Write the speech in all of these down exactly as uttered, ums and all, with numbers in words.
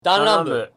弾丸部。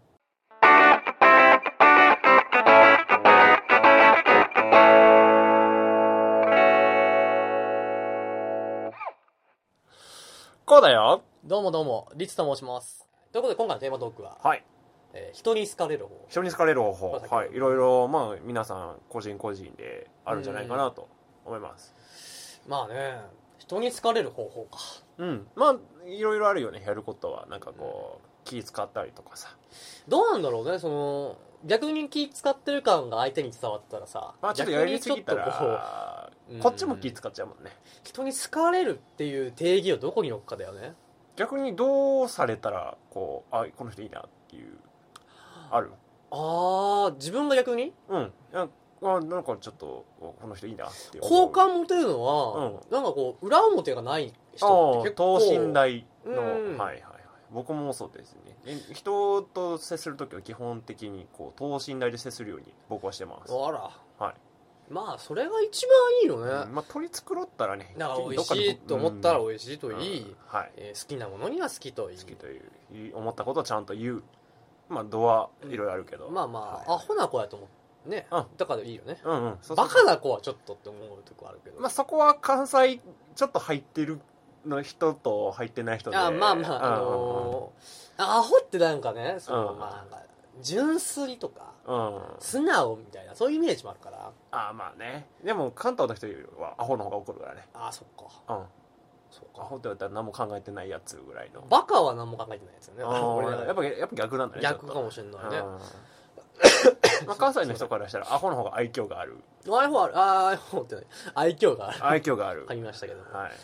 こうだよ。 どうもどうも、リツと申します。ということで今回のテーマトークは、 はい。 えー人に好かれる方。 人に好かれる方法。 まあはい。いろいろ、まあ、皆さん、個人個人であるんじゃないかなと思います。 まあね、人に好かれる方法か。 うん。まあ、いろいろあるよね、やることは。なんかこう、気使ったりとかさ。 どうなんだろうね、その、逆に気使ってる感が相手に伝わったらさ、 まあ、ちょっとやりすぎた逆にちょっとら、 こうこっちも気使っちゃうもんね。 人に好かれるっていう定義をどこに置くかだよね。 逆にどうされたら、こう、あ、この人いいなっていう、ある？ あー、自分が逆にうん。あ、なんかちょっと、この人いいなって思う。 好感持てるのは、 うんなんかこう、裏表がない人って結構。 等身大の、 うんはいはいはい。僕もそうですね。人と接するときは基本的にこう等身大で接するように僕はしてます。 あら。 はい。 まあ、それが一番いいよね。 うんまあ取り繕ったらね。 だから美味しいと思ったら美味しいといい、 うんはい。 えー好きなものには好きといい。 好きという思ったことをちゃんと言う。まあ度はいろいろあるけど。 まあまあ、 はいアホな子やと思う。ね。 うんだからいいよね。 うんうん。そうそうバカな子はちょっとって思うとこあるけど。 まあそこは関西ちょっと入ってるの人と入ってない人で。 あまあまあ、あのー、アホってなんかね、その、 うんまあなんか、純粋とか、 うん。 素直みたいな、そういうイメージもあるから。 ああまあね。でも関東の人よりはアホの方が怒るからね。 ああ、そっか。 うん。 そうか。 アホって言われたら何も考えてないやつぐらいの。 バカは何も考えてないですよね。 あ俺らーやっぱやっぱ逆なんだね。 逆かもしれないね。 まあ、関西の人からしたらアホの方が愛嬌がある。 アイフォーある。ああ、アイフォーってね、愛嬌がある。 愛嬌がある。 買いましたけども。 はい。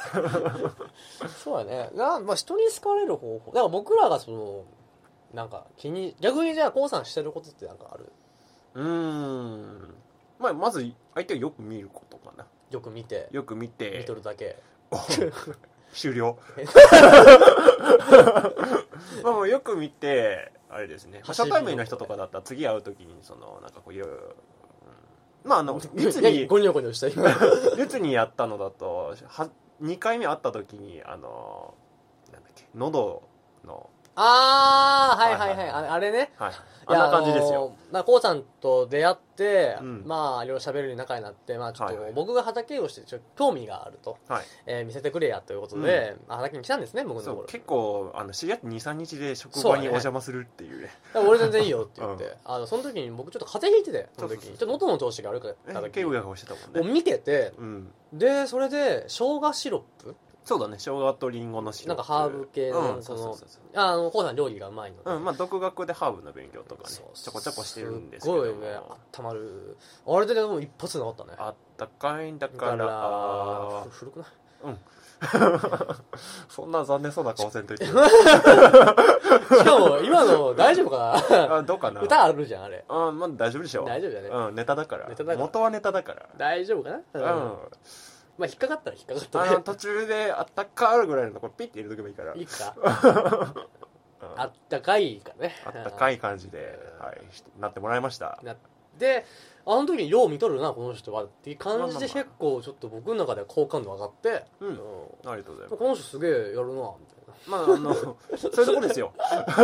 そうだね。な、まあ、人に好かれる方法。だから僕らがその、なんか気に、逆にじゃあ、こうさんしてることってなんかある？ うーん。まあ、まず相手をよく見ることかな。 よく見て、 よく見て。 見とるだけ。 終了。まあもうよく見て、あれですね。まあ初対面の人とかだったら次会うときに、その、なんかこういろいろ、まああの、列に、 ゴニョゴニョした今。 列にやったのだと、はにかいめ会ったときに、あの、なんだっけ、喉の、 あー、はいはいはい。 はいはいはいあれあれね。 はい。あんな感じですよ。 まあ、こうさんと出会って、 うんまあ、いろいろ喋るように仲になって、まあ、ちょっとはいはい僕が畑をして、ちょっと興味があると、 はい。 えー見せてくれやということで、まあ畑に来たんですね、僕のところ。 そう結構あの知り合ってにさんにちで職場そうだねにお邪魔するっていうね。 だから俺全然いいよって言って、 うんあのその時に僕ちょっと風邪ひいてて、その時に。 そうそうそうちょっと喉の調子が悪かった時に。 え敬語や顔してたもんね。 を見てて、 うん。 で、それで、生姜シロップそうだね。生姜とリンゴのシロップ。 なんかハーブ系の、 うん、 そのそうそうそうそう。 あの、こうさん料理がうまいので。 うん、まあ独学でハーブの勉強とかねそう、 ちょこちょこしてるんですけども。 すごいね、温まる。あれでね、もう一発で治ったね。 あったかいんだか、 だからら、 あふ古くないうん。そんな残念そうな顔せんといて。 しかも、今の大丈夫かなあどうかな。 歌あるじゃん、あれ。 あまあ大丈夫でしょ。 大丈夫だね。 うん、ネタだから。 ネタだから元はネタだから。 大丈夫かなうん。 まあ、引っかかったら引っかかったね。 あの途中であったかるぐらいのところピッて入れとけばいいから。 いいか。 うんあったかいかね。 あったかい感じで、はい、なってもらいました。 なで、あの時によう見とるな、この人は。っていう感じでまあまあまあ結構ちょっと僕の中では好感度上がって、 うんうんありがとうございます。 この人すげえやるな、みたいな。 まあ、あの、そういうとこですよ。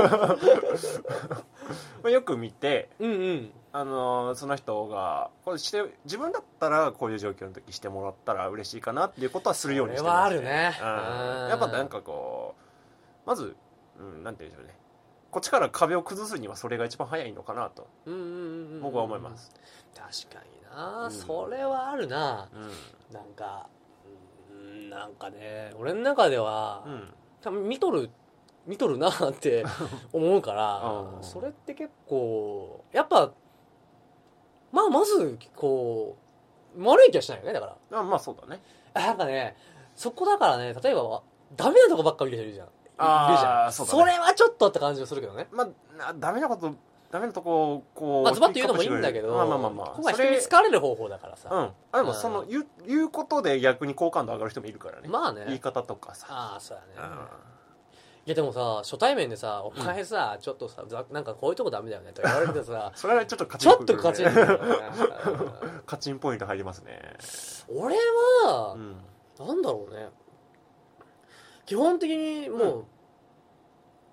まあよく見て、 うんうん。 あの、その人が、これして、自分だったらこういう状況の時してもらったら嬉しいかなっていうことはするようにしてます、 それはあるねうんうんやっぱなんかこう、まず、うん、なんて言うんでしょうね。こっちから壁を崩すにはそれが一番早いのかなと、 うんうんうんうん。 僕は思います。 確かにな、 うんそれはあるな。 うなんか、うんなんかね、俺の中では、 ん。うん。 多分見とる見とるなって思うからうんそれって結構やっぱまあまずこう悪い気はしないよね。だかあまあそうだね。 らなんかねそこだからね、例えばダメなとこばっか見る人いるじゃん。いるじゃん。 そうだね。 れはちょっとって感じがするけどね。 まあ、なダメなこと、ダメなとこを、こう、 まあズバッと言うのもいいんだけど、 まあまあまあまあ。 今回人に好かれる方法だからさ。 うん。あ、でもその、 うん言う、言うことで逆に好感度上がる人もいるからね。 まあね。 言い方とかさ。 ああそうだね。 うんいやでもさ、初対面でさ、お前さ、ちょっとさ、ざなんかこういうとこダメだよねとか言われてさ、 それはちょっとカチちょっンポイントと勝ちんだよね。 カチンポイント入りますね。 俺はう、ん。 なんだろうね。基本的にもう、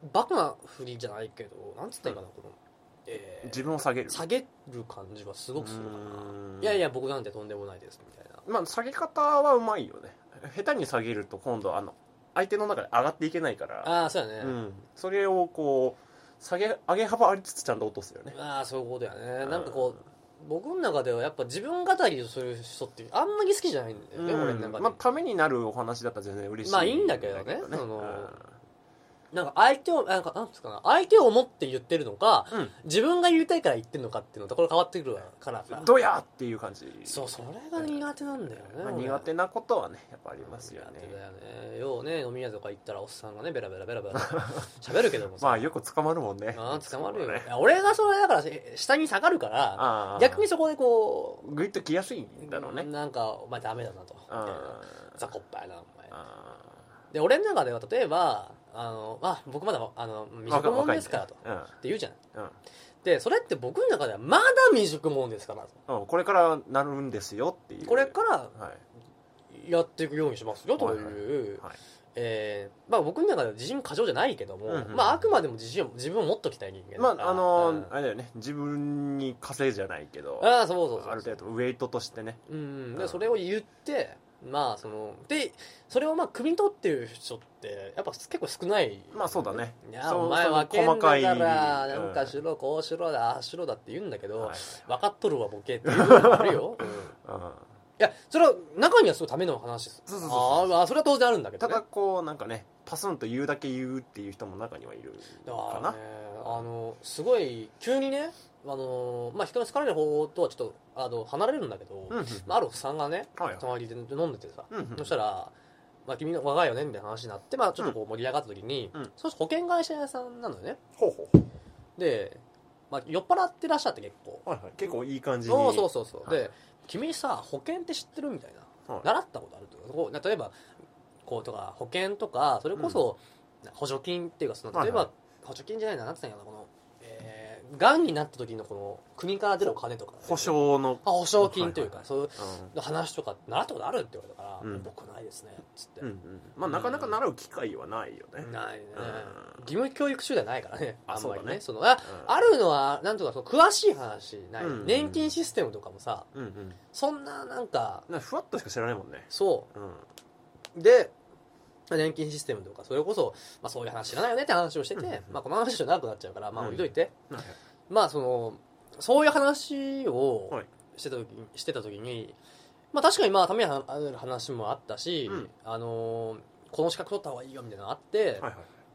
バカな振りじゃないけどなんつったらいいかな、この、えー、 自分を下げる下げる感じはすごくするかな。いやいや僕なんてとんでもないですみたいな。 まあ下げ方はうまいよね。下手に下げると今度あの相手の中で上がっていけないから、 ああそうやね、 うん、それをこう下げ上げ幅ありつつちゃんと落とすよね。 ああそういうことやね。なんかこう僕の中ではやっぱ自分語りをする人ってあんまり好きじゃないんだよね、 うん、 俺の中で。 まあためになるお話だったら全然嬉しい。 まあいいんだけどね、その、なんか相手をなんかなんつうかな、相手を思って言ってるのか、うん、自分が言いたいから言ってるのかっていうのとこれ変わってくるからさ。 どやっていう感じ。 そう、それが苦手なんだよね。 まあ、苦手なことはねやっぱありますよね。 苦手だよね。ようね飲み屋とか行ったらおっさんがねベラベラベラベラ喋るけどもさ。 まあよく捕まるもんね。 ああ捕まるよね。俺がそれだから下に下がるから逆にそこでこうグイッと来やすいんだろうね。 なんかお前ダメだなと。雑魚っぱいなお前。で俺の中では例えば。あのあ僕まだあの未熟者ですからと、うん、って言うじゃない、うん、でそれって僕の中ではまだ未熟者ですからと、 うん、これからなるんですよっていう、 これからやっていくようにしますよという、はいはいはい、えーまあ、僕の中では自信過剰じゃないけども、うんうん、まあ、あくまでも自信を自分を持っときたい人間だから、 まああのーうん、あれだよね自分に稼いじゃないけどあそうそうそうそうある程度ウェイトとしてね、 うん、でそれを言ってまあそのでそれをまあ汲み取ってる人ってやっぱ結構少ない。 まあそうだね。 いやお前分けんだからなんかしろこうしろだああしろだって言うんだけど、はい、分かっとるわボケっていうのもあるよ、うん、いやそれは中にはすごいための話です。そうそうそうそうああそれは当然あるんだけど、ね、 ただこうなんかねパスンと言うだけ言うっていう人も中にはいるかな。 ね、あのすごい急にねあのまあ、人に好かれる方とはちょっとあの離れるんだけど、うんうんまあ、あるおっさんがね、はいはい、隣で飲んでてさ、うんうん、そしたら、まあ、君の若いよねみたいな話になって、まあ、ちょっとこう盛り上がった時に、うん、そして保険会社屋さんなのよね、ほうほうで、まあ、酔っ払ってらっしゃって結構、 はいはい、結構いい感じにそうそうそうそう、はい、で君さ保険って知ってるみたいな、はい、習ったことあるとこう例えばこうとか保険とかそれこそ、うん、補助金っていうかその例えば、はいはい、補助金じゃないななんて言ったんやろなこのがんになった時のこの国から出るお金とか、ね、 保証の保証金というか、はいはい、そういう話とか習ったことあるって言われたから、うん、僕ないですねっつって、うんうんまあ、なかなか習う機会はないよね、 ないね、うん、義務教育中ではないからねあんまりね、そのあ、うん、あるのはなんとかその詳しい話ない、うんうん、年金システムとかもさ、うんうん、そんななんかなんかふわっとしか知らないもんね。 そう、うん、で年金システムとかそれこそ、まあ、そういう話知らないよねって話をしてて、うんうんまあ、この話じゃ長くなっちゃうからまあ置いといて、うんはい、まあそのそういう話をしてた時に、してた時にまあ確かにまあためになる話もあったし、うん、あのこの資格取った方がいいよみたいなのがあって、はいはい、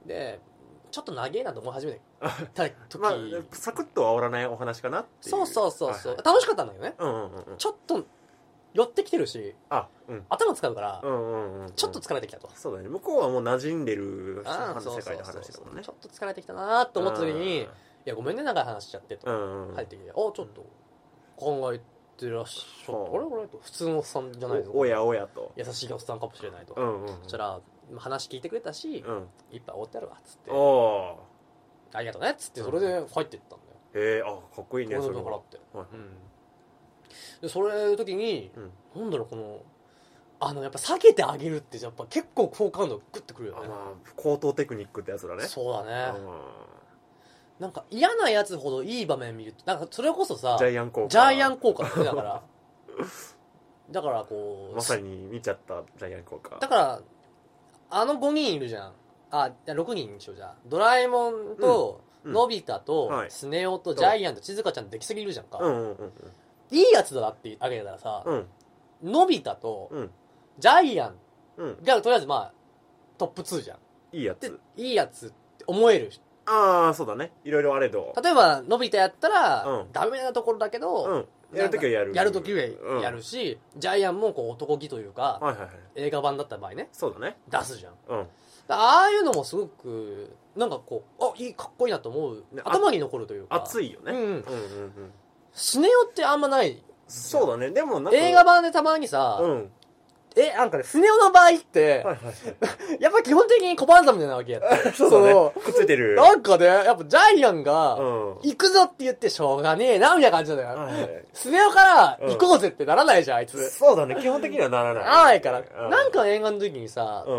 でちょっと長えなと思い始めた時、まあ、 サクッとは終わらないお話かなっていう。 そうそうそうそう、はいはい、楽しかったんだよね、うんうんうん、ちょっと寄ってきてるしあ、うん、頭使うから、うんうんうんうん、ちょっと疲れてきたと。 そうだね向こうはもう馴染んでる世界の話だもんね。 ちょっと疲れてきたなと思った時にいやごめんね長い話しちゃってと、うんうん、入ってきてあちょっと考えてらっしゃった、うん、あれあれと普通のおっさんじゃないのおやおやと優しいおっさんかもしれないと、うんうんうん、そしたら話聞いてくれたし、うん、いっぱいおってやるわっつっておありがとうねっつってそれで入っていったんだよ。 へえあかっこいいねそれ払って、はいうんでそれの時に、うん、なんだろうこのあのやっぱ下げてあげるってやっぱ結構好感度グッとくるよね。あ、まあ、 高等テクニックってやつだね。 そうだね、うん、なんか嫌なやつほどいい場面見るとなんかそれこそさジャイアン効果ジャイアン効果だねだからだからこうまさに見ちゃったジャイアン効果だからあのごにんいるじゃんあろくにんにしようじゃんドラえもんと、うん、のび太と、はい、スネ夫とジャイアンと静香ちゃんできすぎるじゃんか、うんうんうんうんいいやつだってあげたらさ、うん、のび太と、うん、ジャイアンが、うん、とりあえずまあトップツーじゃん。 いいやついいやつって思える。 ああそうだねいろいろあれど例えばのび太やったら、うん、ダメなところだけど、 うん、やるときはやるやるときはやるし、うん、ジャイアンもこう男気というか、はいはいはい、映画版だった場合ねそうだね出すじゃん、うん、ああいうのもすごくなんかこうあいいかっこいいなと思う、ね、頭に残るというか熱いよね、うんうんうんうん、 スネ夫ってあんまないそうだねでもなんか映画版でたまにさ、うん、えなんかねスネ夫の場合って、はいはいはい、やっぱ基本的に小判ザみたいなわけやってそうだねくっついてるなんかねやっぱジャイアンが、うん、行くぞって言ってしょうがねえなみたいな感じなんだよ、はいはい、スネ夫から行こうぜってならないじゃん、うん、あいつそうだね基本的にはならないならないから、うん、なんか映画の時にさ、うん、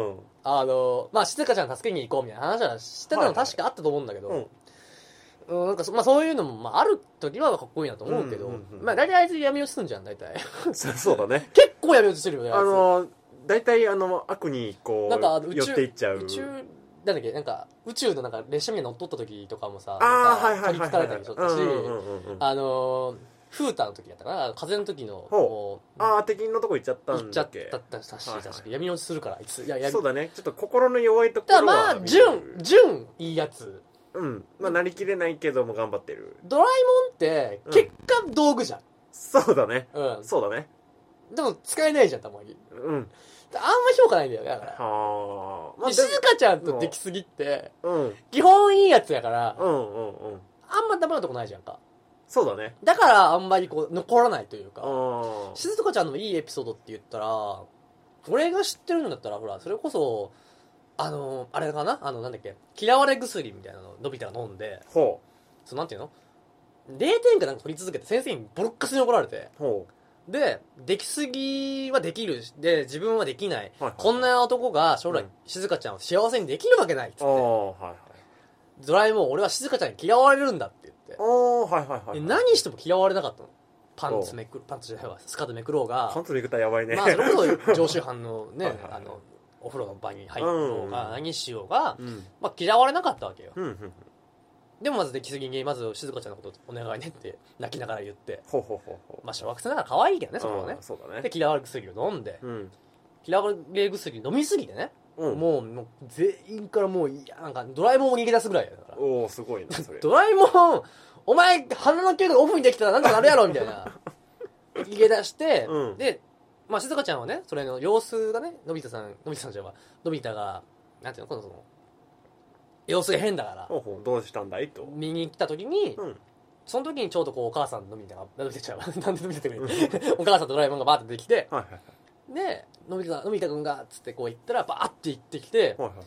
あのまあ静香ちゃん助けに行こうみたいな話はしてたの確かあったと思うんだけど、 はいはいうん、なんかそ、まあ、そういうのも、まあ、ある時はかっこいいなと思うけど、 うんうんうん、 まあ大体あいつ闇落ちすんじゃん大体そ, そうだね結構闇落ちするよねあの大体あの悪にこうなんか宇宙寄っていっちゃう宇宙なんだっけなんか宇宙のなんか列車みたいに乗っ取った時とかもさあーはいはい取りつかれたりしとったしあのーフータの時だったかな風の時のほうああ敵のとこ行っちゃった行っちゃっんだっけたったし、 はいはい、 確か闇落ちするからあいついやそうだねちょっと心の弱いとこだろはまあ純純いいやつうんまあなりきれないけども頑張ってるドラえもんって結果道具じゃん、 そうだねうん、 そうだねでも使えないじゃんたまにうんあんま評価ないんだよねだからはあ、まあ、 静香ちゃんと出来すぎってうん基本いいやつやからうんうんうんあんまダメなとこないじゃんかそうだねだからあんまりこう残らないというかあ静香ちゃんのいいエピソードって言ったら俺が知ってるんだったらほらそれこそあのあれかなあのなんだっけ嫌われ薬みたいなののび太が飲んでほそうなんていうのれいてんかなんか取り続けて先生にボロッカスに怒られてうほでできすぎはできるで自分はできない、 はいはい、 こんな男が将来、うん、静香ちゃんを幸せにできるわけないっつって、 はいはい、 ドラえもん俺は静香ちゃんに嫌われるんだって言っておー、はいはいはい、 何しても嫌われなかったのパンツめくパンツじゃないわスカートめくろうがパンツめくったらやばいねまあそれこそ常習犯のねはいはいはいあのお風呂の場に入ろうが、うん、何しようが、 うん、 まあ、嫌われなかったわけよ、 うんうんうん、 でもまずできすぎにまず静香ちゃんのことお願いねって泣きながら言ってほうほうほうほうまあ小学生ながら可愛いけどねそこはね、 そうだねで嫌われ薬を飲んで、 うん、 嫌われ薬飲みすぎてね、うん、もうもう全員からもういやなんかドラえもんも逃げ出すぐらいだからおおすごいなそれドラえもんお前鼻の毛がオフにできたらなんとかなるやろみたいな逃げ出して、うん、でまあ静香ちゃんはねそれの様子がねのび太さんのび太さんじゃんのび太がなんていうのこのその様子が変だからほうほうどうしたんだいと見に来た時に、うん、その時にちょうどこうお母さんのび太がのび太ちゃんはなんでのび太くれお母さんとドラえもんがバーって出てきて、はいはいはい、でのび太のび太くんがつってこう言ったらバーって行ってきて、はいはいはい、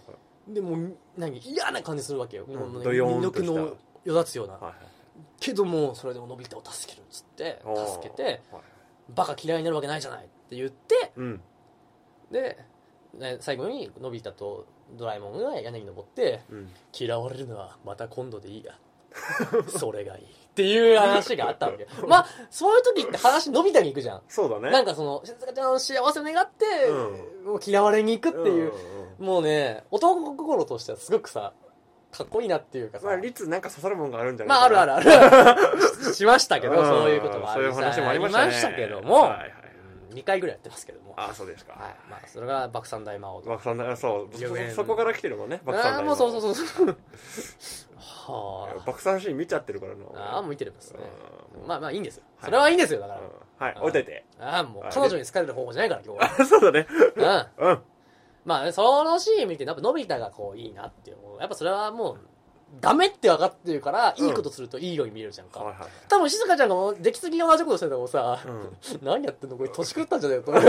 でもう何嫌な感じするわけよ、うん、もう、ね、身の毛のよだつような、はいはい、けどもそれでものび太を助けるっつって助けて、はい、バカ嫌いになるわけないじゃないって言って、うん、で最後にのび太とドラえもんが屋根に登って、うん、嫌われるのはまた今度でいいやそれがいいっていう話があったわけまあそういう時って話のび太に行くじゃんそうだねなんかその静香ちゃんの幸せを願って、うん、もう嫌われに行くっていう、うん、もうね男心としてはすごくさかっこいいなっていうかさまあ律なんか刺さるもんがあるんじゃないかなまああるあるあるしましたけど、うん、そういうこともあそういう話もありましたねありましたけども、はいはいにかいぐらいやってますけどもああそうですか、 はいまあ、それが爆散大魔王爆散大そう そ, そこから来てるもんね爆散大魔王ああもうそうそうそうそうはあ爆散シーン見ちゃってるからなああもう見てるんですねまあまあいいんですよそれはいいんですよだから、 うん、はい置いといてああもう彼女に好かれる方法じゃないから今日はそうだねうん、うん、まあそのシーン見てやっぱのび太がこういいなっていうやっぱそれはもうダメって分かってるから、いいことするといいように見えるじゃんか、うんはいはい、多分静香ちゃんがもう出来すぎが同じことしててもさ、うん、何やってんのこれ年食ったんじゃないよと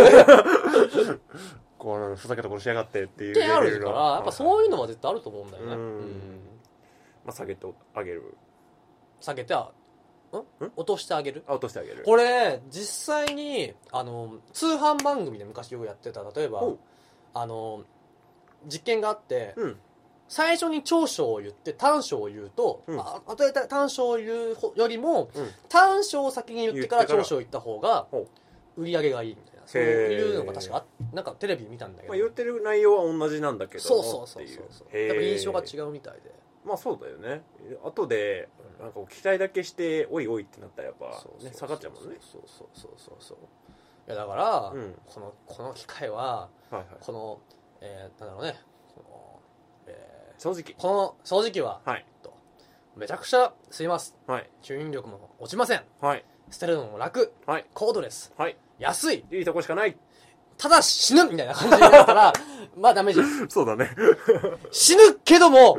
こうふざけたことしやがってっていうってあるからやっぱそういうのは絶対あると思うんだよね、うんうんまあ、下げてあげる下げてはん落としてあげるあ落としてあげるこれ実際にあの通販番組で昔よくやってた例えばあの実験があって、うん最初に長所を言って短所を言うと、うん、あとえ短所を言うよりも、うん、短所を先に言ってから長所を言った方が売り上げがいいみたいなそういうのが確かなんかテレビ見たんだけど、 まあ、言ってる内容は同じなんだけどそうそうそうそうそうやっぱ印象が違うみたいでまあそうだよね後でなんか期待だけしておいおいってなったらやっぱ、ね、下がっちゃうもんねそうそうそうそうそういやだから、うん、このこの機会は、はいはい、この、えー、なんだろうね正直この正直は、はい、とめちゃくちゃ吸います、はい、吸引力も落ちません、はい、捨てるのも楽、はい、コードレス、はい、安いいいとこしかないただ死ぬみたいな感じになったらまあダメじゃんそうだね死ぬけども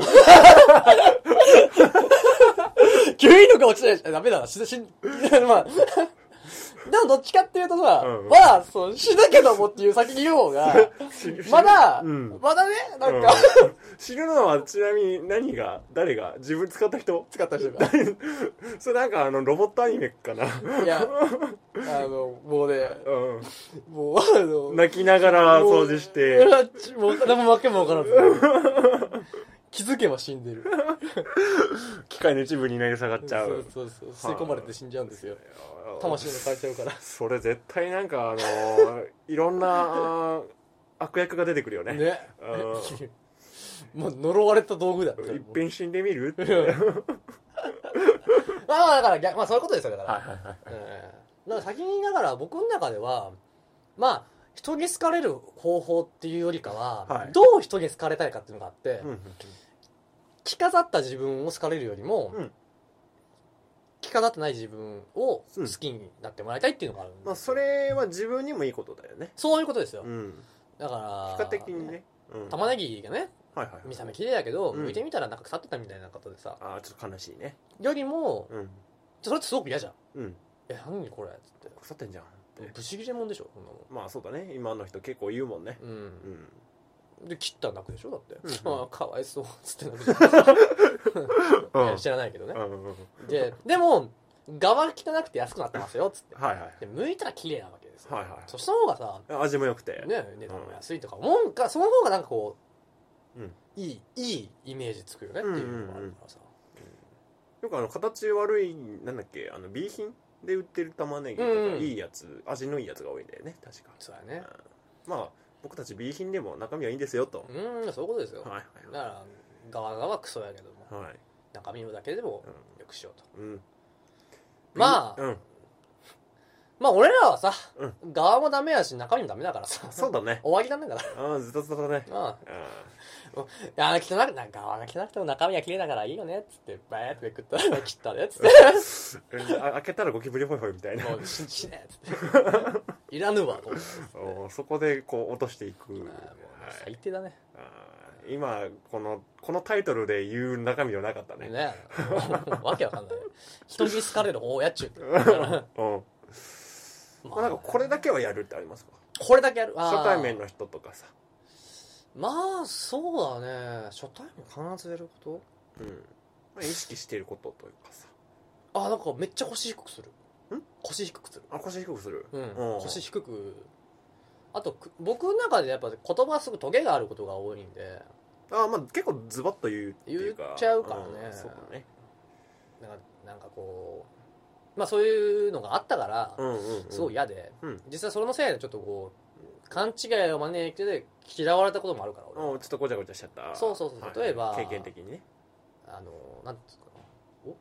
吸引力が落ちないダメだな死ぬ死ぬまあでもどっちかっていうとさ、 うんうんまあ、そう、死ぬけどもっていう先に言う方が、まだ、うん、まだね、なんか、 うん、死ぬのはちなみに何が、誰が、自分使った人使った人が。 それなんかあの、ロボットアニメかな。 いや、あの、もうね、うん、もう、あの、 泣きながら掃除して。 もう、でもわけもわからず。気づけば死んでる。 機械の一部になり下がっちゃう。 そうそうそう、吸い込まれて死んじゃうんですよ。魂の変えちゃうから。 それ絶対なんかあのー、いろんな悪役が出てくるよね。ね。 もう呪われた道具だ。 一遍死んでみるって。 まあだから、まあそういうことですよ、だから。はいはいはい。だから先にだから僕の中では、まあ、人に好かれる方法っていうよりかは、はい、どう人に好かれたいかっていうのがあって、うんうんうん、着飾った自分を好かれるよりも、うん、着飾ってない自分を好きになってもらいたいっていうのがあるんです、うん、 まあ、それは自分にもいいことだよね。 そういうことですよ、 うん、 だから結果的にね、 うん、玉ねぎがね、はいはいはい、見た目綺麗だけど、うん、剥いてみたらなんか腐ってたみたいなことでさ、 あちょっと悲しいねよりも、うん、それってすごく嫌じゃん、うん、え何これっつって腐ってんじゃん、 ブチギレもんでしょ、そんなもん。 まあそうだね、今の人結構言うもんね。うん。 うん、で切ったら泣くでしょだって。うん、ああかわいそうっつって泣くじゃん。うん、知らないけどね。うん、ででも側が汚くて安くなってますよっつって。はいはい。で剥いたら綺麗なわけですよ。はいはい。そした方がさ味も良くてね値段も安いとか思うか、その方がなんかこう、うん、いいいいイメージつくよねっていうのがあるからさ。 よくあの形悪いなんだっけあの B 品で売ってる玉ねぎとかいいやつ、うん、味のいいやつが多いんだよね確か。 そうやね、 うん、まあ僕たち B 品でも中身はいいんですよと。 うんそういうことですよ、はいはい、だから側がはクソやけども、はい、中身だけでもよくしようと、うん、まあ、うん、まあ俺らはさ、うん、側もダメやし中身もダメだからさそうだね終わりなんだからああずっとずっとだねあああ汚くなんか側が汚くても中身は綺麗だからいいよねっつってバーってめくったら切ったねっつって開けたらゴキブリホイホイみたいなもうししねっつっていらぬわと思ってそこでこう落としていく、もう最低だね、 はい、今このこのタイトルで言う中身はなかったねねわけわかんない人に好かれる方やっちゅうってうんまあ、なんかこれだけはやるってありますか？ これだけやる初対面の人とかさまあそうだね初対面必ずやること、うんまあ、意識していることというかさあなんかめっちゃ腰低くするん腰低くするあ腰低くするうん、腰低くあと僕の中でやっぱ言葉すぐトゲがあることが多いんであまあ結構ズバッと言うっていうか言っちゃうからね、うん、そうだねなんかなんかこうまあそういうのがあったから、うんうんうん、すごい嫌で、うん、実際それのせいでちょっとこう勘違いを招いて嫌われたこともあるから俺ちょっとごちゃごちゃしちゃったそうそうそう、はい、例えば経験的にねあのなんていうかな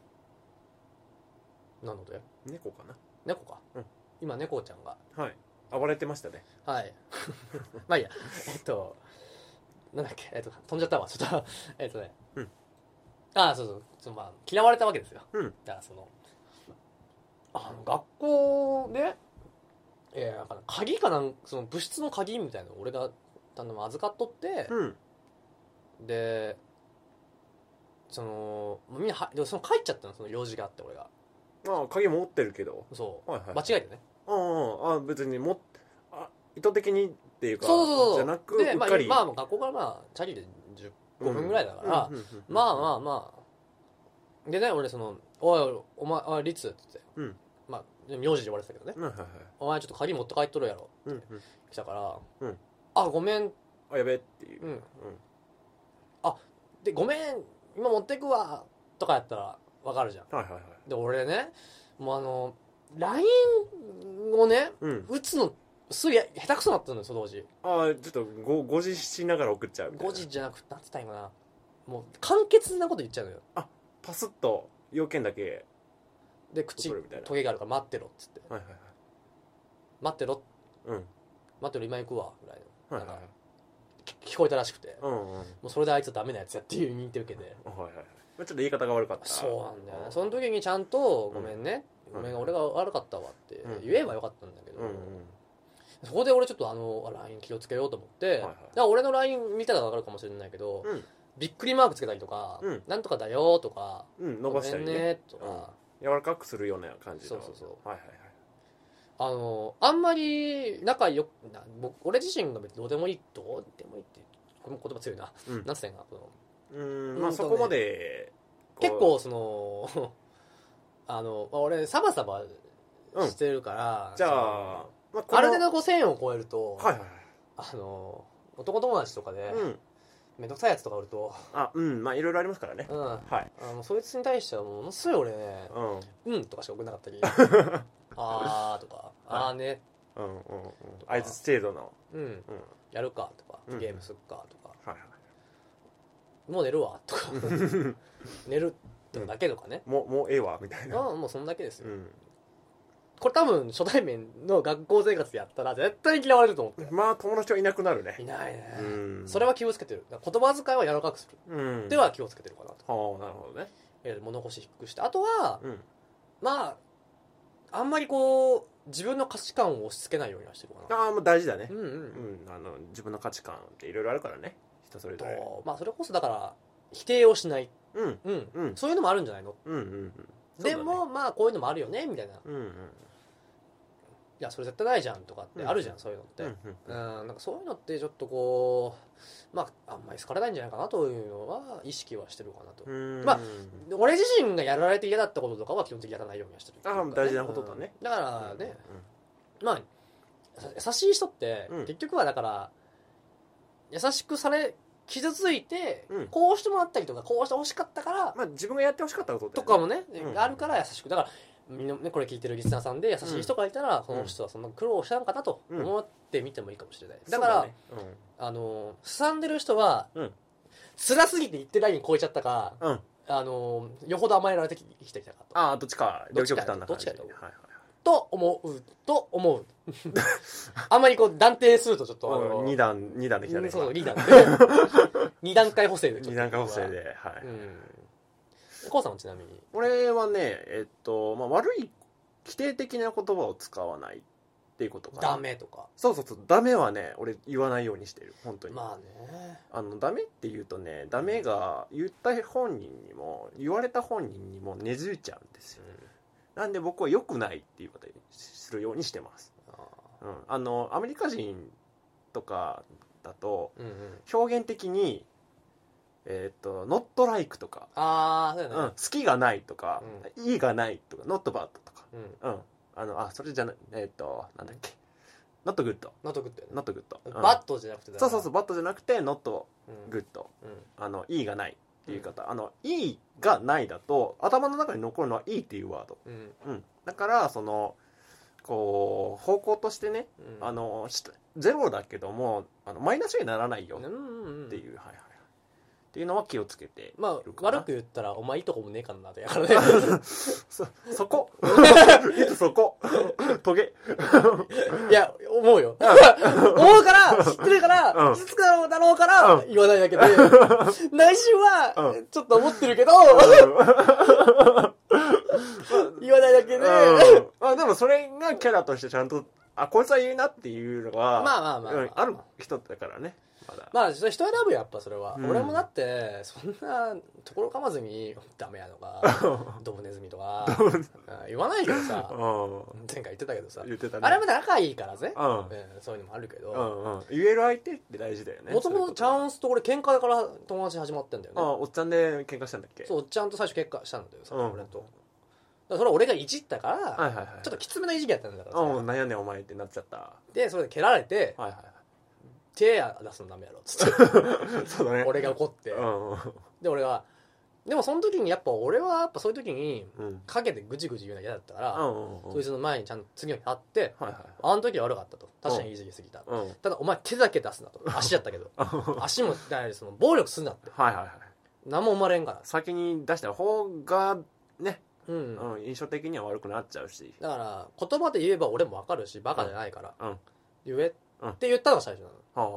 おなので猫かな猫か、うん、今猫ちゃんがはい暴れてましたねはいまあいいやえっとなんだっけえっと飛んじゃったわちょっとえっとね、うん、ああそうそうその、まあ、嫌われたわけですよ、うん、だからそのあの学校でえー、なんか鍵かなんその部室の鍵みたいなのを俺が預かっとって、うん、でそのみんなはでもその帰っちゃったのその用事があって俺がああ鍵持ってるけどそう、はいはい、間違えてねあああ別にもあ意図的にっていうかそうそうそうじゃなくで、まあ、まあ学校からまあチャリでじゅうごふんぐらいだから、まあまあまあでね俺そのおいお前おいリツって言って、うんまあ名字で言われてたけどね、うんはいはい、お前ちょっと鍵持って帰っとるやろって来たから、うん、あごめんあやべっていう、うんうん、 あでごめん今持ってくわとかやったら分かるじゃん、はいはいはい、で俺ねもうあの ライン をね、うん、打つのすぐや下手くそになったのよその当時ああちょっとご誤字しながら送っちゃう誤字じゃなくてなんて言ったらいいかなもう簡潔なこと言っちゃうのよあパスッと要件だけで口トゲがあるから待ってろっつって、はいはいはい、待ってろ、うん、待ってろ今行くわぐらいの、はいはいはい、聞こえたらしくて、うんうん、もうそれであいつはダメなやつやっていう認定受けて、はいはいはい、 ちょっと言い方が悪かったそうなんだよねその時にちゃんとごめんね、うん、ごめん俺が悪かったわって言えばよかったんだけど、うんうん、そこで俺ちょっとあの ライン 気をつけようと思って、はいはい、だから俺の ライン 見たら分かるかもしれないけど、うん、びっくりマークつけたりとか、うん、なんとかだよとか、 うん、伸ばしたりねごめんねとか、 うん柔らかくするような感じのそうそうそう、はいはいはい、 あのあんまり仲良くな僕俺自身が別にどうでもいいどうでもいいってこれも言葉強いな、うん、なんつったんやこのうんまあ、ね、そこまで結構そのあの俺サバサバしてるから、 うん、じゃあ、 まあ、ある程度こう線を超えると、 はいはいはい、 あの男友達とかで、うん、めんどくさいやつとかおるとあうんまあいろいろありますからね、 うんはい、 あのそいつに対してはものすごい俺ねうん、うん、とかしか送んなかったりあーとか、はい、あーねうんうんうん相づち程度のうん、うん、やるかとか、うん、ゲームすっかとか、 はいはい、 もう寝るわとか寝るってだけとかね、 うん、もうもうええわみたいなあもうそんだけですよ、うん、これ多分初対面の学校生活でやったら絶対嫌われると思って、 まあ友達はいなくなるね、 いないね、うん、それは気をつけてる言葉遣いは柔らかくする、うん、では気をつけてるかなと、 はあなるほどね、 物腰低くしてあとは、うん、まああんまりこう自分の価値観を押し付けないようにはしてるかな。 ああもう大事だね、 うんうん、うん、 あの自分の価値観っていろいろあるからね、人それぞれ、 まあそれこそだから否定をしない、 うんうんうん、そういうのもあるんじゃないの、 うんうんうん、 でも、ね、まあこういうのもあるよねみたいな、 うんうん、いやそれ絶対ないじゃんとかってあるじゃん、うん、そういうのって、うんうんうん、なんかそういうのってちょっとこうまああんまり好かれないんじゃないかなというのは意識はしてるかなと、まあ俺自身がやられて嫌だったこととかは基本的にやらないようにはしてる、ね、 ああ大事なことだね、 うん、だからね、うん、まあ優しい人って、うん、結局はだから優しくされ傷ついて、うん、こうしてもらったりとかこうしてほしかったから、 まあ、自分がやってほしかったこととかもね、うん、あるから優しくだからみんなねこれ聞いてるリスナーさんで優しい人がいたら、うん、この人はそんな苦労したのかなと思ってみてもいいかもしれない、うん、だから、ねうん、あのすさんでる人は、うん、辛すぎて言ってライン超えちゃったか、うん、あのよほど甘えられてきてきたかとああどっちか両極端な感じどっちかと、はいはい、と思うと思うあんまりこう断定するとちょっと、 うん、に段に段できたね、 そうに段でに段階補正でに段階補正ではい、うんコウさんはちなみに俺はねえっと、まあ、悪い否定的な言葉を使わないっていうことかなダメとかそうそうそうダメはね俺言わないようにしてる本当にまあねあのダメって言うとねダメが言った本人にも言われた本人にも根付いちゃうんですよ、うん、なんで僕は良くないっていうことにするようにしてますあ、うん、あのアメリカ人とかだと、うんうん、表現的にえっと not like とかあそうだね、 うん、好きがないとか、うん、いいがないとか not bad とか、うん、うん、あのあそれじゃなえっとなんだっけ not good not good not good、うん、 バッドじゃなくてそうそうそうバッドじゃなくて not good、うん、あのいいがないっていう方、うん、あのいいがないだと頭の中に残るのはいいっていうワード、うんうん、だからそのこう方向としてね、うん、あのゼロだけどもあのマイナスにならないよっていう、うんうんうん、はいはいっていうのは気をつけてまあ悪く言ったらお前いいとこもねえかなってやからねそ, そこそこトゲいや思うよ思うから知ってるから傷つくだろうだろうから言わないだけで、うん、内心はちょっと思ってるけど、うん、言わないだけで、うん、 まあでもそれがキャラとしてちゃんとあこいつは言うなっていうのがまあまあまあ、まあ、 ある人だからねまあ人選ぶよやっぱそれは、うん、俺もだってそんなところかまずにダメやとかドブネズミとか言わないけどさ前回言ってたけどさ言ってた、ね、 あれまだ仲いいからね、うんえー、そういうのもあるけど、 うんうん、言える相手って大事だよねもともとチャンスと俺喧嘩だから友達始まってんだよねあおっちゃんで喧嘩したんだっけそうおっちゃんと最初喧嘩したんだよさ、うん、俺とそれは俺がいじったから、はいはいはい、ちょっときつめのいじりやったんだからさうん悩んでお前ってなっちゃったでそれで蹴られて、はいはい手出すのダメやろっつってそうだね俺が怒って、うん、で俺はでもその時にやっぱ俺はやっぱそういう時に陰でぐちぐち言うのは嫌だったから、うん、そいつの前にちゃんと次の日会って、はいはい、あの時は悪かったと確かに言い過ぎすぎた、うん、ただお前手だけ出すなと足やったけど足もその暴力すんなってはいはいはい何も生まれんから先に出した方がねうんうん、印象的には悪くなっちゃうしだから言葉で言えば俺も分かるしバカじゃないから、うん、言えって言ったのが最初なの、うん、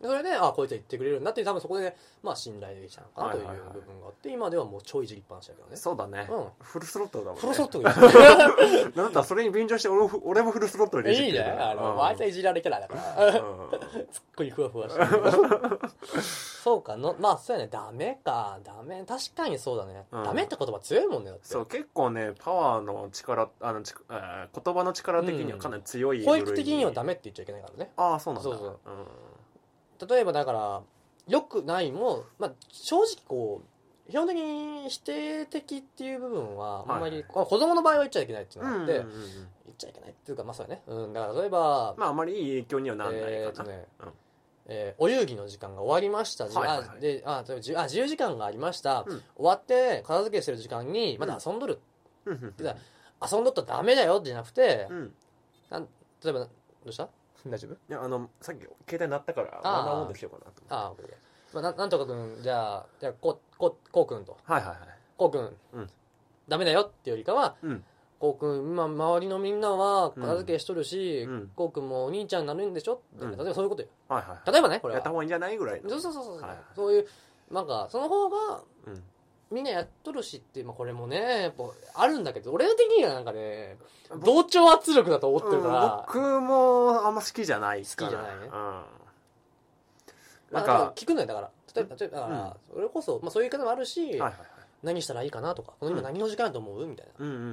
それであこいつは言ってくれるんだっていう多分そこで、まあ、信頼できたのかなという部分があって、今ではもうちょいじりっぱなしだけどね。 そうだね、うん、フルスロットルだもんね。フルスロットルなんだそれに便乗して 俺, 俺もフルスロットルでいじってる。 いいね、あの、うん、毎回いじられキャラだからすっごいふわふわしてるそうかの、まあそうやね、ダメかダメ、確かにそうだね、うん、ダメって言葉強いもんね。だってそう結構ねパワーの力あのち、えー、言葉の力的にはかなり強い、うん、 保育的にはダメって言っちゃいけないからね。 ああそうなんだ。 そうそう、うん、例えばだから良くないも、まあ、正直こう基本的に否定的っていう部分はあんまり、はい、子供の場合は言っちゃいけないっていうのがあって、うんうんうん、言っちゃいけないっていうかまあそうやね、うん、だから例えばまああまりいい影響にはならないかな。えーとねうんえー、お遊戯の時間が終わりました、はいはいはい、あであ例えばじあ自由時間がありました、うん、終わって片付けしてる時間にまだ遊んどる、うん、って遊んどったらダメだよじゃなくて、うん、なん例えばどうした大丈夫？いやあのさっき携帯鳴ったからマナーモードしようかなと思って。 ああ、まあ、な, なんとかくんじゃあじゃあこここうくんと、 はいはいはい、 こうくん、うん、ダメだよってよりかは、うん、こうくん今周りのみんなは片付けしとるし、うん、こうくんもお兄ちゃんになるんでしょ、うん、例えばそういうことよ、はいはい、例えばねこれはやった方がいいんじゃないぐらいの。 そうそうそうそう、はいはい、そういうなんかその方が、うんみんなやっとるしって、まあ、これもねやっぱあるんだけど俺的にはなんかね同調圧力だと思ってるから、 うん、僕もあんま好きじゃない好きじゃないね、うん、 なんか聞くのよだから例えば例えば、うん、それこそ、まあ、そういう言い方もあるし、はいはいはい、何したらいいかなとかこの今何の時間だと思うみたいな、うんうんうんうん、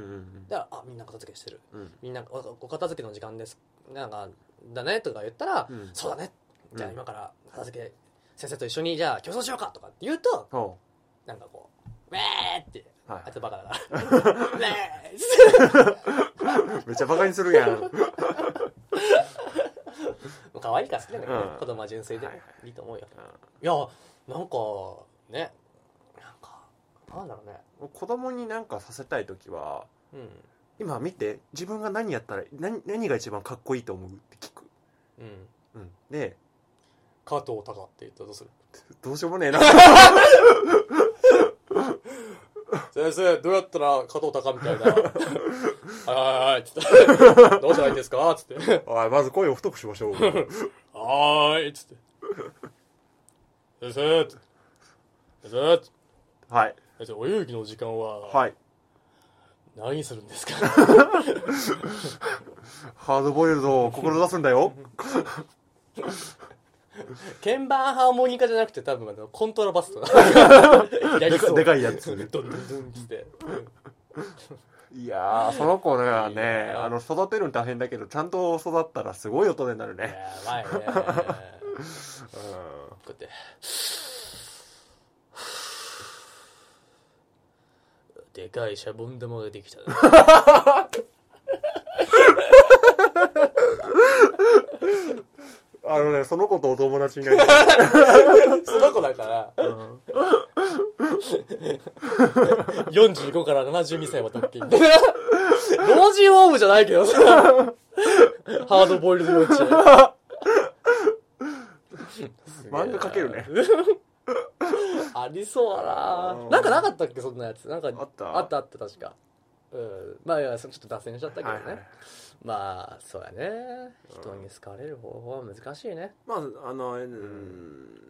だからあみんな片付けしてる、うん、みんなお片付けの時間ですなんかだねとか言ったら、うん、そうだねじゃあ今から片付け先生と一緒にじゃあ競争しようかとかって言うと、うん、なんかこうウェーって、はい、あいつバカだからウェーめっちゃバカにするやん可愛いから好きなんだけど、ねうん、子供は純粋で、はいはい、いいと思うよ、うん、いやなんかねなんかなんだろうね子供になんかさせたいときは、うん、今見て自分が何やったら 何, 何が一番かっこいいと思うって聞く、うんうん、で加藤隆って言ったらどうする？ どうしようもねえな先生どうやったら加藤隆みたいなはいはいはいつってどうしたらいいですかつっておいまず声を太くしましょうはーいつって先生先生はい先生お遊戯の時間ははい何するんですかハードボイルドを心出すんだよ鍵盤ハーモニカじゃなくて多分あのコントラバスとで, でかいやつドンドンドンっていやーその子がねあの育てるの大変だけどちゃんと育ったらすごい音になるね。 やばいね、うん、こうやってでかいシャボン玉ができたあのね、その子とお友達になりその子だから、うん、よんじゅうごからななじゅうにさいは特権老人ホームじゃないけどさハードボイルド幼稚園漫画描けるねありそうだな。なんかなかったっけそんなやつなんかあったあったあった確か、うん、まあいやちょっと脱線しちゃったけどね、はいはい、まあそうやね人に好かれる方法は難しいね。 まああの、うん、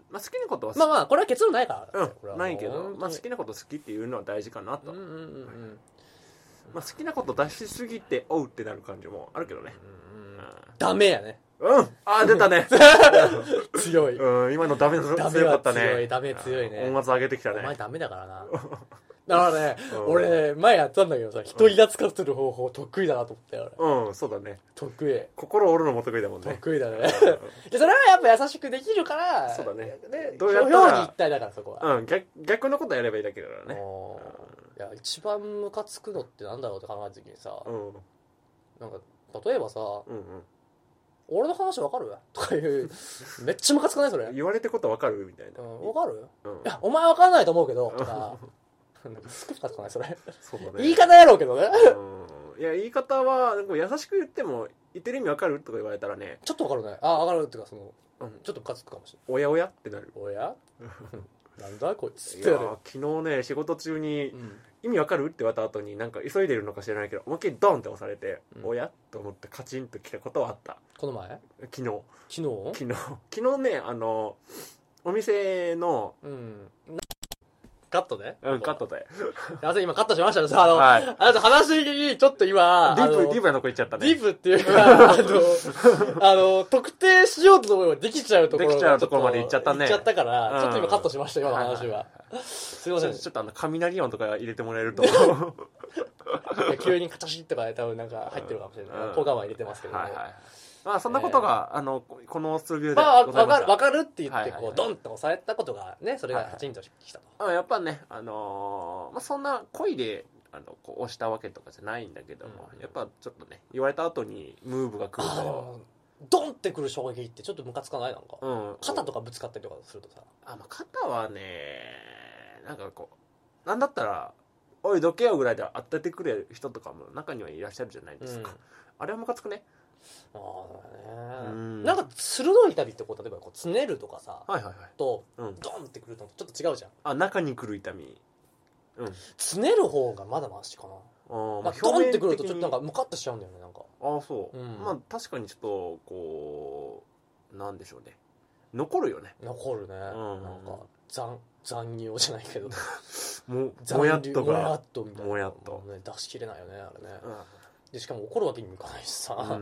まあ好きなことはまあまあこれは結論ないから、 うん、ないけど、まあ、好きなこと好きっていうのは大事かなと、うんうんうんうんまあ、好きなこと出しすぎておうってなる感じもあるけどね、うんうん、 ダメやね。 うんあー出たね強い、 うん、今のダメ強かったね。 強いダメ強いね。 音圧上げてきたね。 お前ダメだからなだからね、うん、俺前やったんだけどさ独り立つかする方法得意だなと思ったよ俺。うんそうだね得意。 心折るのも得意だもんね。 得意だねでそれはやっぱ優しくできるからそうだね。 でどうやったら表裏一体だからそこは。 うん 逆, 逆のことやればいいだけだからね。 いや一番ムカつくのってなんだろうって考えた時にさ、うん、なんか例えばさ、うんうん俺の話わかるとかいうめっちゃムカつかないそれ。 言われてことわかるみたいな。 うん、わかる、うん、いやお前わかんないと思うけどとかすくムカつかないそれ。そうだね。言い方やろうけどね。 うん、いや言い方は優しく言っても言ってる意味わかるとか言われたらね。 ちょっとわかるね。あわかるっていうかその、うん、ちょっとムカつくかもしれない。 おやおやってなる。 おやなんだこいついや昨日ね仕事中に、うん、意味わかるって言われた後になんか急いでるのか知らないけど思いっきりドンって押されて、うん、おやと思ってカチンと来たことはあった。 この前昨日昨日昨日昨日ねあのお店の、うん、 カットでうんカットで今カットしましたねあの、はい、あの話にちょっと今ディープディープなとこ行っちゃったね。 ディープっていうかあのあの特定しようと思えばできちゃうところできちゃうところまで行っちゃったね。 行っちゃったから、うん、ちょっと今カットしました今の話は、はいはい、すいませんちょっとあの雷音とか入れてもらえると急にカチャシッとか多分なんか入ってるかもしれない、うん、効果は入れてますけどね、はいはい、 まあそんなことが、えー、あのこの数秒でまあ分かる分かるって言ってこう、はいはいはい、ドンと押されたことがねそれがカチンときたと、 はいはい、やっぱねあのー、まあそんな恋であのこう押したわけとかじゃないんだけども、うん、やっぱちょっとね言われた後にムーブが来るとドンってくる衝撃ってちょっとムカつかないなんか、うん、肩とかぶつかったりとかするとさあ、まあ、肩はねなんかこうなんだったらおいどけよぐらいで当ててくれる人とかも中にはいらっしゃるじゃないですか、うん、あれはムカつくね。 ああね、うん、なんか鋭い痛みってこう例えばこうつねるとかさ、 はいはいはい、 と、うん、ドンってくるとちょっと違うじゃん。 あ中にくる痛み、 うん、つねる方がまだマシかな。あ、まあ、ドンってくるとちょっとなんかムカッとしちゃうんだよねなんか。 ああそう、うん、まあ確かにちょっとこうなんでしょうね残るよね。 残るね、うん、なんか残残業じゃないけどももやっとがもやっとみたいなもやっと、 ね、出し切れないよねあれね、うん、でしかも怒るわけにもいかないしさ、うんうんうんうん、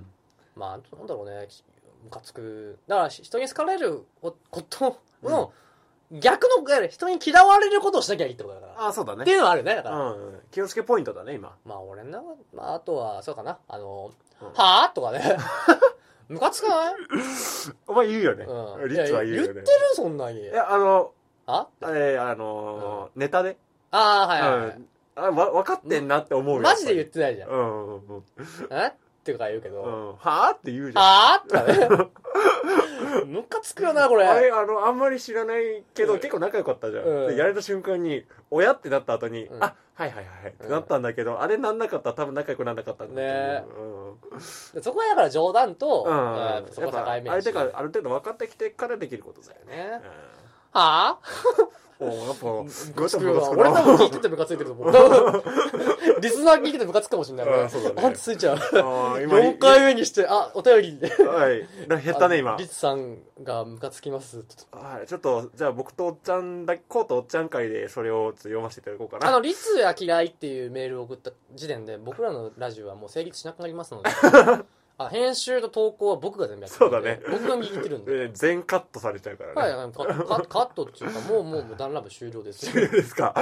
まあなんだろうねムカつくだから人に好かれることの、うん、逆の人に嫌われることをしなきゃいいってことだから。 ああそうだねっていうのはあるねだから、 うん、気をつけポイントだね今。 まあ俺な、まあ、あとはそうかなあの、うん、はぁとかねムカつかないお前言うよね、うん、リッツは言うよね。 言ってるそんなに。いやあのあえー、あのーうん、ネタでああはいはい、はい、 あわ分かってんなって思うよ。 マジで言ってないじゃん。 うんうんうんえってか言うけど、うん、 はぁって言うじゃん。 はぁってねムカつくよなこれ。 あれあのあんまり知らないけど、うん、結構仲良かったじゃん、うん、でやれた瞬間に親ってなった後に、うん、あはいはいはいってなったんだけど、うん、あれなんなかったら多分仲良くならなかったんだね、 うん、そこはだから冗談と、うん、そこ境目にあれてかある程度分かってきてからできることだよね、うん、 はぁおやっぱムカつくよな。俺多分聞いててムカついてると思うリスナー聞いててムカつくかもしれない。あそうだね。あんつついちゃうよんかいめにしてあお便りはい減ったね今。 リツさんがムカつきます。 はいちょっとじゃあ僕とおっちゃんだコーとおっちゃん会でそれを読ませていただこうかな。 あのリツや嫌いっていうメールを送った時点で僕らのラジオはもう成立しなくなりますのであ編集と投稿は僕が全部やってるんで。そうだね。僕が握ってるんで全カットされちゃうからね。 はいカカカットっていうかもうもう無断ラブ終了ですよ。 終了ですか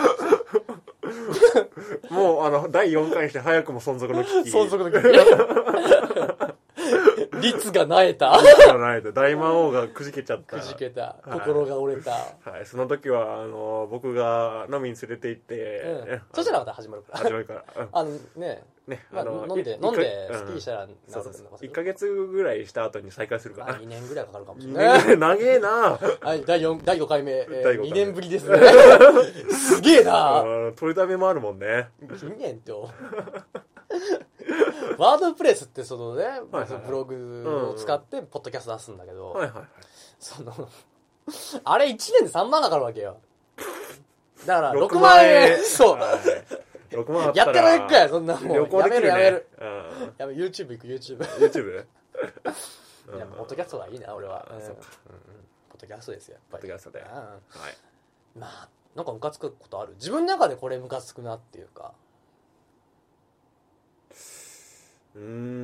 もうあのだいよんかいにして早くも存続の危機。 存続の危機律が萎えた大魔王がくじけちゃったくじけた心が折れた、 はいはい、その時はあの僕が飲みに連れて行って、 うん、そしたらまた始まるから始まるから、うん、 あのねね、まあ、あの飲んで飲んでスッキリしたら治るのかいっかげつぐらいした後に再開するから、 まあ、にねんぐらいかかるかもしれない長えなはいだいよんだいごかいめ、えー、にねんぶりですねすげえな取りためもあるもんねにねんとワードプレスってそのね、はいはいはい、ブログを使ってポッドキャスト出すんだけど、 はいはいはい、 そのあれいちねんでさんまんかかるわけよ。だからろくまんえんそう、はい、ろくまんあったらやってられっかやそんなもん、ね、やめるやめる、うん、やめ YouTube 行く YouTube YouTube いやポッドキャストがいいな俺は、うん、そうか、うんうん、ポッドキャストですよやっぱり。 ポッドキャストで、うん、はい。 まあなんかムカつくことある自分の中でこれムカつくなっていうか。 うー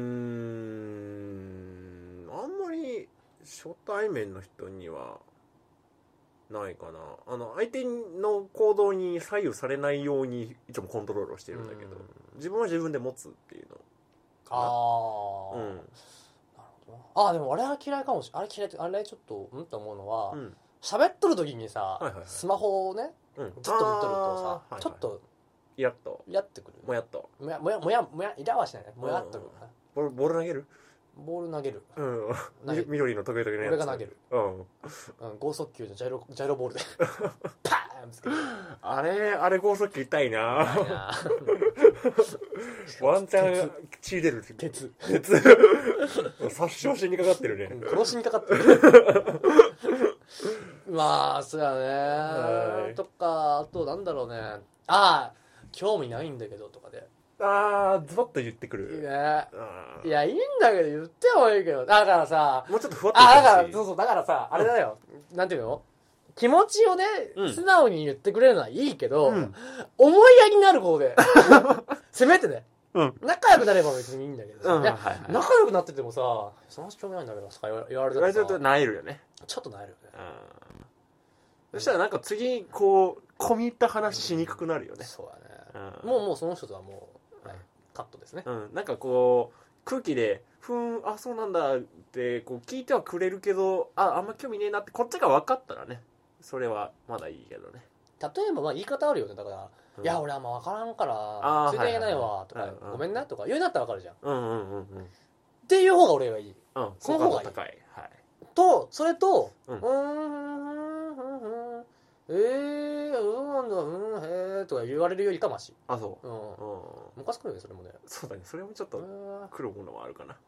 んあんまり初対面の人にはないかな。あの相手の行動に左右されないようにいつもコントロールをしてるんだけど、自分は自分で持つっていうのかな。ああ、うん、なるほど。ああでも俺は嫌いかもしれない。あれ嫌いってあれちょっとうんと思うのは喋、うん、っとる時にさ、はいはいはい、スマホをね、うん、ずっと見とるとさ、はいはい、ちょっとやっとやってくるもやっともやもやもやもやイラはしないねもやっとくる、 うん、ボール投げるボール投げる、 うん、緑のトゲトゲのやつ俺が投げる、うん、うん、剛速球のジャイロジャイロボールでパーンつけるあれあれ剛速球痛いなワンチャン血出る鉄鉄殺傷しにかかってるね、 殺しにかかってるまあそうやねとか、あとなんだろうね、ああ興味ないんだけどとかで、 ああズバッと言ってくる。 いいね。いやいいんだけど言ってもいいけど、だからさ、 もうちょっとふわっと言あってほしい。 だからそうそうだからさ、あれだよ、なんていうの、気持ちをね、 うん、 素直に言ってくれるのはいいけど、 うん、 思いやりになることでせめてね、 うん、 仲良くなれば別にいいんだけどさ、 うん、 いや、 はいはい、 仲良くなっててもさ、その話興味ないんだけどさ言われたらさ、 言われちゃうとなえるよね。 ちょっとなえるよね。 うん、そしたらなんか次こう込み入った話しにくくなるよね。 そうだね、 うん、 もうもうその人とはもう、はい、カットですね。 うん、なんかこう空気でふーんあそうなんだってこう聞いてはくれるけど、ああんま興味ねえなってこっちが分かったらね、それはまだいいけどね。 例えばまあ言い方あるよね、だから、うん、いや俺はまあ分からんからあついていけないわとか、 はいはいはい、 ごめんなとか言うんだったら分かるじゃん、 うんうんうんうん、 っていう方が俺はいい、 うん、 その方がいい、 高い、はい、 とそれとううんーんうんえーうんなんだうんへーとか言われるよりかまし。 あそう、 うん、ムカつくよねそれもね。 そうだね、それもちょっと来るものはあるかな。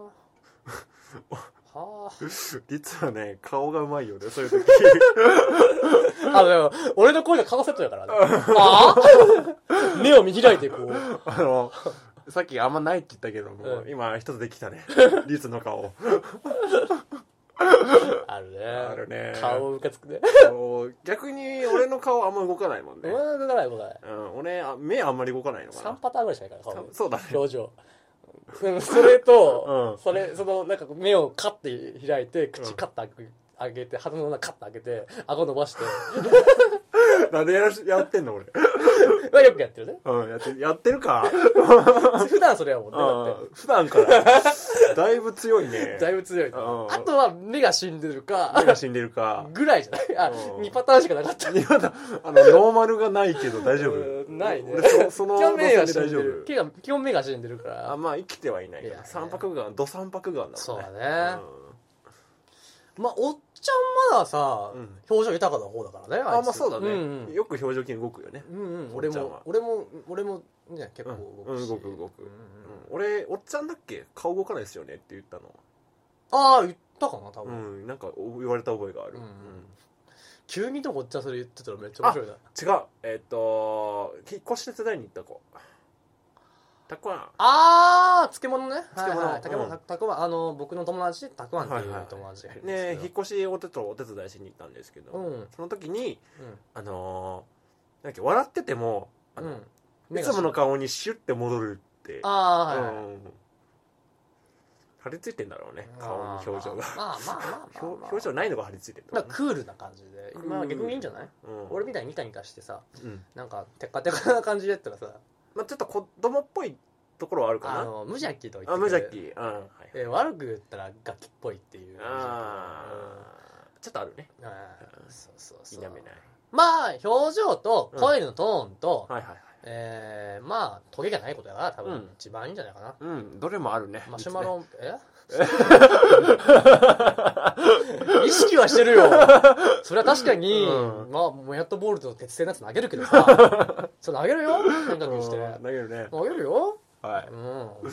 はあ実はね顔がうまいよねそういう時あの俺の声が顔セットやからねあ目を見開いてこうあのさっきあんまないって言ったけども、うん、今一つできたねリツの顔あるねあるね、 顔ムカつくね逆に俺の顔あんま動かないもんね。 俺は動かない動かない、 うん、俺目あんまり動かないのかな。 さんパターンぐらいしかないから顔。 そうだね、 表情それと、うん、それそのなんか目をカッて開いて口カッて開けて、鼻の中カッて開けて顎伸ばしてなんでやらしやってんの俺はよくやってるね。 うん、やってやってるか普段それはもんね、だって普段からだいぶ強いね。 だいぶ強い、ね、あとは目が死んでるか目が死んでるかぐらいじゃない。あ、にパターンしかなかった。 にパターン、あのノーマルがないけど大丈夫。 ないね。 そ, その基本目が死んでる。 基本目が死んでるから。 あ、まあ生きてはいないから。三白眼、ど三白眼だもんね。 そうだね。うん、まあおっちゃんまださ、うん、表情豊かな方だからね。あ, あまあそうだね、うんうん、よく表情筋動くよね。 うんうん。俺も俺も俺もね結構動くし。 うん、動く動く。うんうん、俺おっちゃんだっけ顔動かないですよねって言ったの。 ああ言ったかな多分。 うん、なんか言われた覚えがある。うんうん、 急にとこおっちゃんそれ言ってたらめっちゃ面白いな。 違う、えっ、ー、と引っ越し手伝いに行った子。たくあん。 ああ漬物ね。 漬物。 たくあん、たくあん、あの僕の友達たくあんっていう友達がいるんですけど、 はいはい、ね、引っ越しお手とお手伝いしに行ったんですけど、うん、その時に、うん、あのー、なんか笑っててもあの、うん、いつもの顔にシュッて戻るって。 ああはい、はい、うん、 張り付いてんだろうね、顔に表情が。 まあまあまあまあ、まあ、 表情ないのが張り付いてるんだ、 ね、クールな感じで、まあ逆にいいんじゃない、うん、俺みたいにニタニタしてさ、うん、なんかテッカテカな感じだったらさ、 まあ、ちょっと子供っぽいところはあるかな。 あの無邪気と言ってあ無邪気、うん、はい、 えー、悪く言ったらガキっぽいっていう。 ああ、うん、ちょっとあるね。あ、 うん、そうそうそう。 否めない。 まあ表情と声のトーンと、 うん、はいはいはい、 えー、まあトゲがないことだから多分一番いいんじゃないかな。 うん、うん、どれもあるね。 マシュマロ、え意識はしてるよ。それは確かに、うん、まあもやっとボールと鉄製のやつ投げるけどさ、それ投げるよ、変化球して、うん、 投げるね、 投げるよ、 はい、 うん、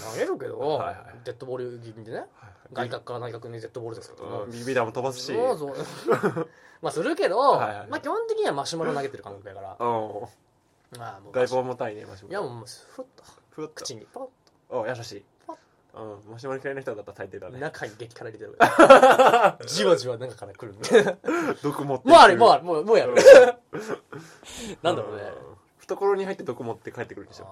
投げるけど、はいはい、デッドボール気味でね、はいはい、外角から内角にデッドボールですけど、 うん、ビビダーも飛ばすし、 そうそうまあするけど、はいはい、まあ基本的にはマシュマロ投げてる感覚だから、うん、 まあもう外棒重たいねマシュマロ。 いやもうふっとふっと口にパッと、 お優しい。うん、マシュマロ嫌いな人だったら大抵だね。 中に激辛入れてるじわじわ中から来る毒持ってもうあるもうあるもうもうやるなんだろうね、 懐に入って毒持って帰ってくるでしょ。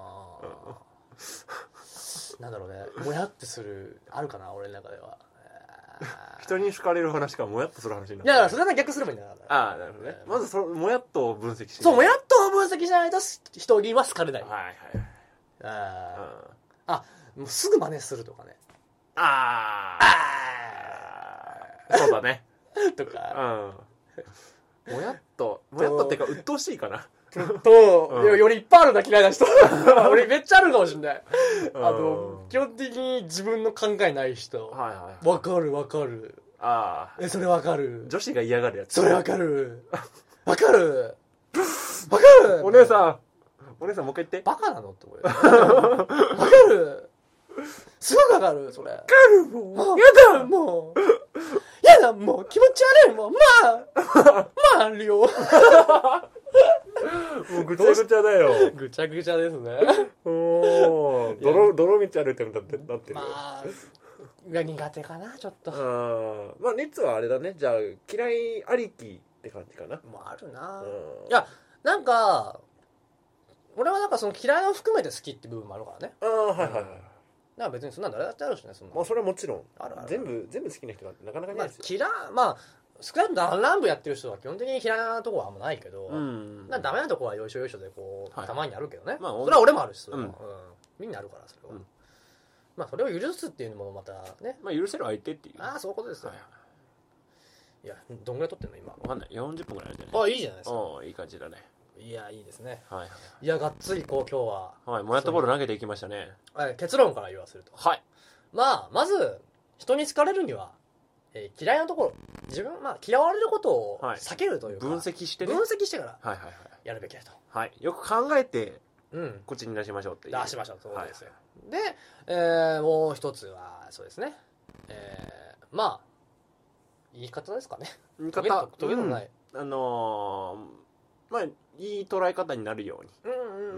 なんだろうね、もやってするあるかな俺の中では。 人に好かれる話からもやっとする話になる。 いやだからそれは逆すればいいんだから。 ああなるほどね、まずそのもやっと分析して、 そうもやっと分析しないと人には好かれない。はいはい、ああもうすぐ真似するとかね。 ああそうだねとか、 うん、もやっともやっとっていうか鬱陶しいかなと、うん、よりいっぱいあるんだ嫌いな人俺めっちゃあるかもしれない、うん、あの基本的に自分の考えない人、はいはいはい、分かる分かる、あえそれ分かる、 女子が嫌がるやつ、 それ分かる分かる分かる、 お姉さんお姉さんもう一回言って、 バカなのって思うよ分かるすごくわかるそれ。わかるもう。やだもう。 やだ、もう気持ち悪い、もう、まあ、まあ、りょう。もうぐちゃぐちゃだよ。 ぐちゃぐちゃですね。 おー、泥、泥道歩いてるんだって、なってる。 まあ、が苦手かな、ちょっと。 あまあ、熱はあれだね。じゃあ、嫌いありきって感じかな。 もうあるな。いや、なんか、俺はなんかその嫌いを含めて好きって部分もあるからね。 ああ、はいはいはい。だから別にそんなん誰だってあるしね、そんな。 まあ、それはもちろん。 あるある。 全部、全部好きな人がなかなかいないですよ。まあ、嫌い、まあ、少なくとも乱舞やってる人は基本的に嫌いなところはあんまないけど、うん、ダメなところはよいしょよいしょでこう、はい、たまにあるけどね。まあ、それは俺もあるし、それは、うんうん、みんなあるから、それは。うん、まあ、それを許すっていうのもまたね。 まあ、許せる相手っていう。 ああ、そういうことですよ。はい、いや、どんぐらい撮ってんの今。 わかんない。よんじゅっぷんぐらいあるじゃない。あ、いいじゃないですか。 ああ、いい感じだね。 いや、いいですね。 はいはい。 いや、がっつりこう、今日は。 はい、もやったボール投げていきましたね。 はい、結論から言わせると。 はい。 まあ、まず、人に好かれるには、えー、嫌いなところ、自分、まあ、嫌われることを避けるというか、 はい、分析してね。 分析してから、 はいはいはい。 やるべきだと。 はい。よく考えて、 うん。 こっちに出しましょうっていう。 出しましょう、そうですよ。はい、で、えー、もう一つは、そうですね。えー、まあ、言い方ですかね。 言い方。 とげのない。 うん、あのー、まあ、いい捉え方になるように。 うんうんうんうんうん。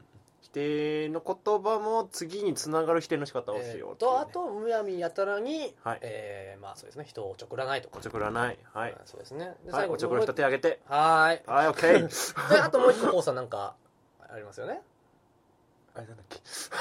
否定の言葉も次につながる否定の仕方をしよう、ね、えー、 と、あと、むやみやたらに、 はい、 えー、まあそうですね、人をおちょくらないとか。 おちょくらない。はい。 そうですね。 で、最後、はい、おちょくる人手挙げて。 はーい。 はい、オッケー。 で、あともう一個、こうさんなんか、ありますよね。 あれなんだっけ。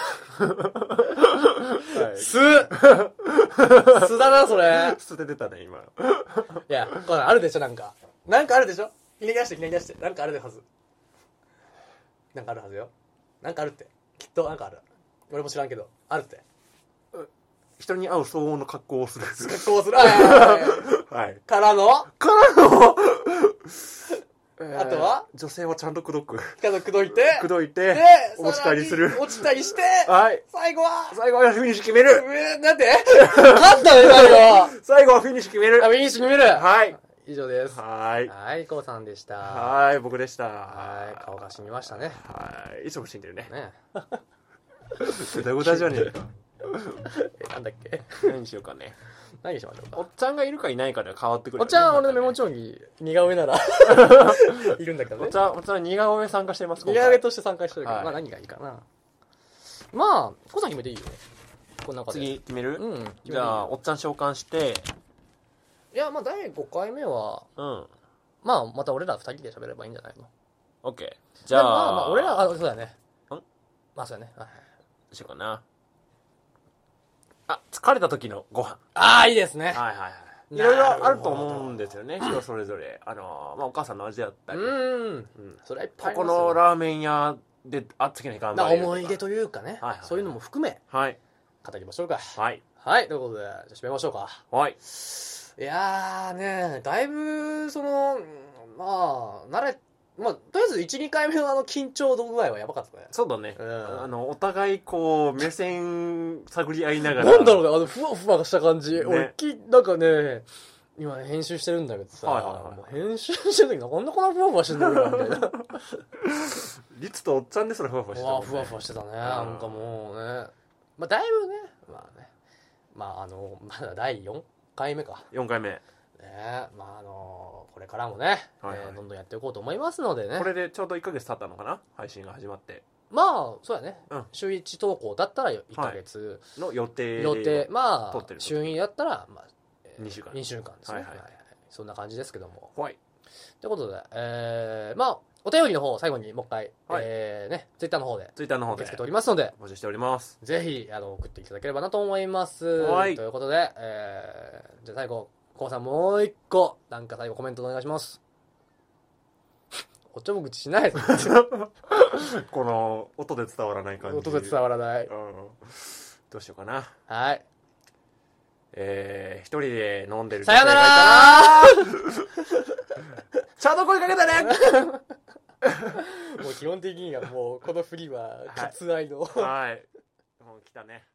すすだな、それ。 すで出たね、今。いや、これあるでしょ、なんか。なんかあるでしょ。ひねり出して、ひねり出して。なんかあるはず。なんかあるはずよ。なんかあるって。きっとなんかある。俺も知らんけど、あるって。 人に合う相応の格好をする。 格好をする。はい。からのからのあとは女性はちゃんと口説く。 ちゃんと口説いて。 口説いて。で、お持ち帰りする。 落ちたりして。 はい。 最後は最後はフィニッシュ決める。 なんで勝ったね、最後。 最後はフィニッシュ決める。 あ、フィニッシュ決める。 はい。 以上です。 はい。 はい、こうさんでした。 はい、僕でした。 はい、顔が死にましたね。 はい。いつも死んでるね。 ね。 ぐだぐだじゃねえか。 え、なんだっけ何にしようかね。 何にしましょうか。 おっちゃんがいるかいないかで変わってくる、 ね。おっちゃんは俺のメモ帳に似顔絵ならいるんだけどね。 おっちゃん、おっちゃん似顔絵参加してます。 似顔絵として参加してるけど、はい、まあ何がいいかな。まあ、こうさん決めていいよ。この中で。 次決める？ うん。 じゃあ、おっちゃん召喚して。 いや、まあだいごかいめは、 うん。 まあ、また俺らふたりで喋ればいいんじゃないの？ オッケー。じゃあ、 まあまあ、俺ら、あ、そうだね。 んまあそうだね。はい。どうしようかな。あ、疲れた時のご飯。 ああ、いいですね。 はいはいはい。いろいろあると思うんですよね。人それぞれ。あの、まあお母さんの味だったり。うん。 うん。それはいっぱいありますよ。ここのラーメン屋で、あっつきに頑張る。思い出というかね。はい。そういうのも含め。 はい。 語りましょうか。 はい。 はい。ということで、じゃあ締めましょうか。 はい。 いやーね、だいぶ、その、まあ、慣れ、まあ、とりあえずいち、にかいめのあの緊張度具合はやばかったね。 そうだね。うん、あの、お互いこう、目線探り合いながら。 なんだろうね、あの、ふわふわした感じ。ね、俺、き、なんかね、今編集してるんだけどさ、はいはいはい、もう編集してる時なんでこんなふわふわしてんだろうみたいな。 リツとおっちゃんですらふわふわしてたもんね。 ふわふわしてたね。なんかもうね。まあ、だいぶね、まあね、まああの、まだだいよんかいめか。 よんかいめ。 ねまああのこれからもね、はいはいえー、どんどんやっていこうと思いますのでね。 これでちょうどいっかげつ経ったのかな、配信が始まって。 まあそうやね、うん、週いち投稿だったらいっかげつ、 はい、の予定予定まあ週にだったら、まあえー、にしゅうかんにしゅうかんですね、はいはいはい、そんな感じですけども。 はいということで、えー、まあお便りの方最後にもう一回、はい、えー、ねツイッターの方でツイッターの方で受け付けておりますので募集しております。 ぜひあの送っていただければなと思います。はいということで、えー、じゃあ最後こうさんもう一個なんか最後コメントお願いします。おちょぼ口しないですこの音で伝わらない感じ。 音で伝わらない、うん、 どうしようかな。 はいえー、一人で飲んでるさよならちゃんと声かけてねもう基本的にはもうこの振りは割愛のはい、はい、もう来たね。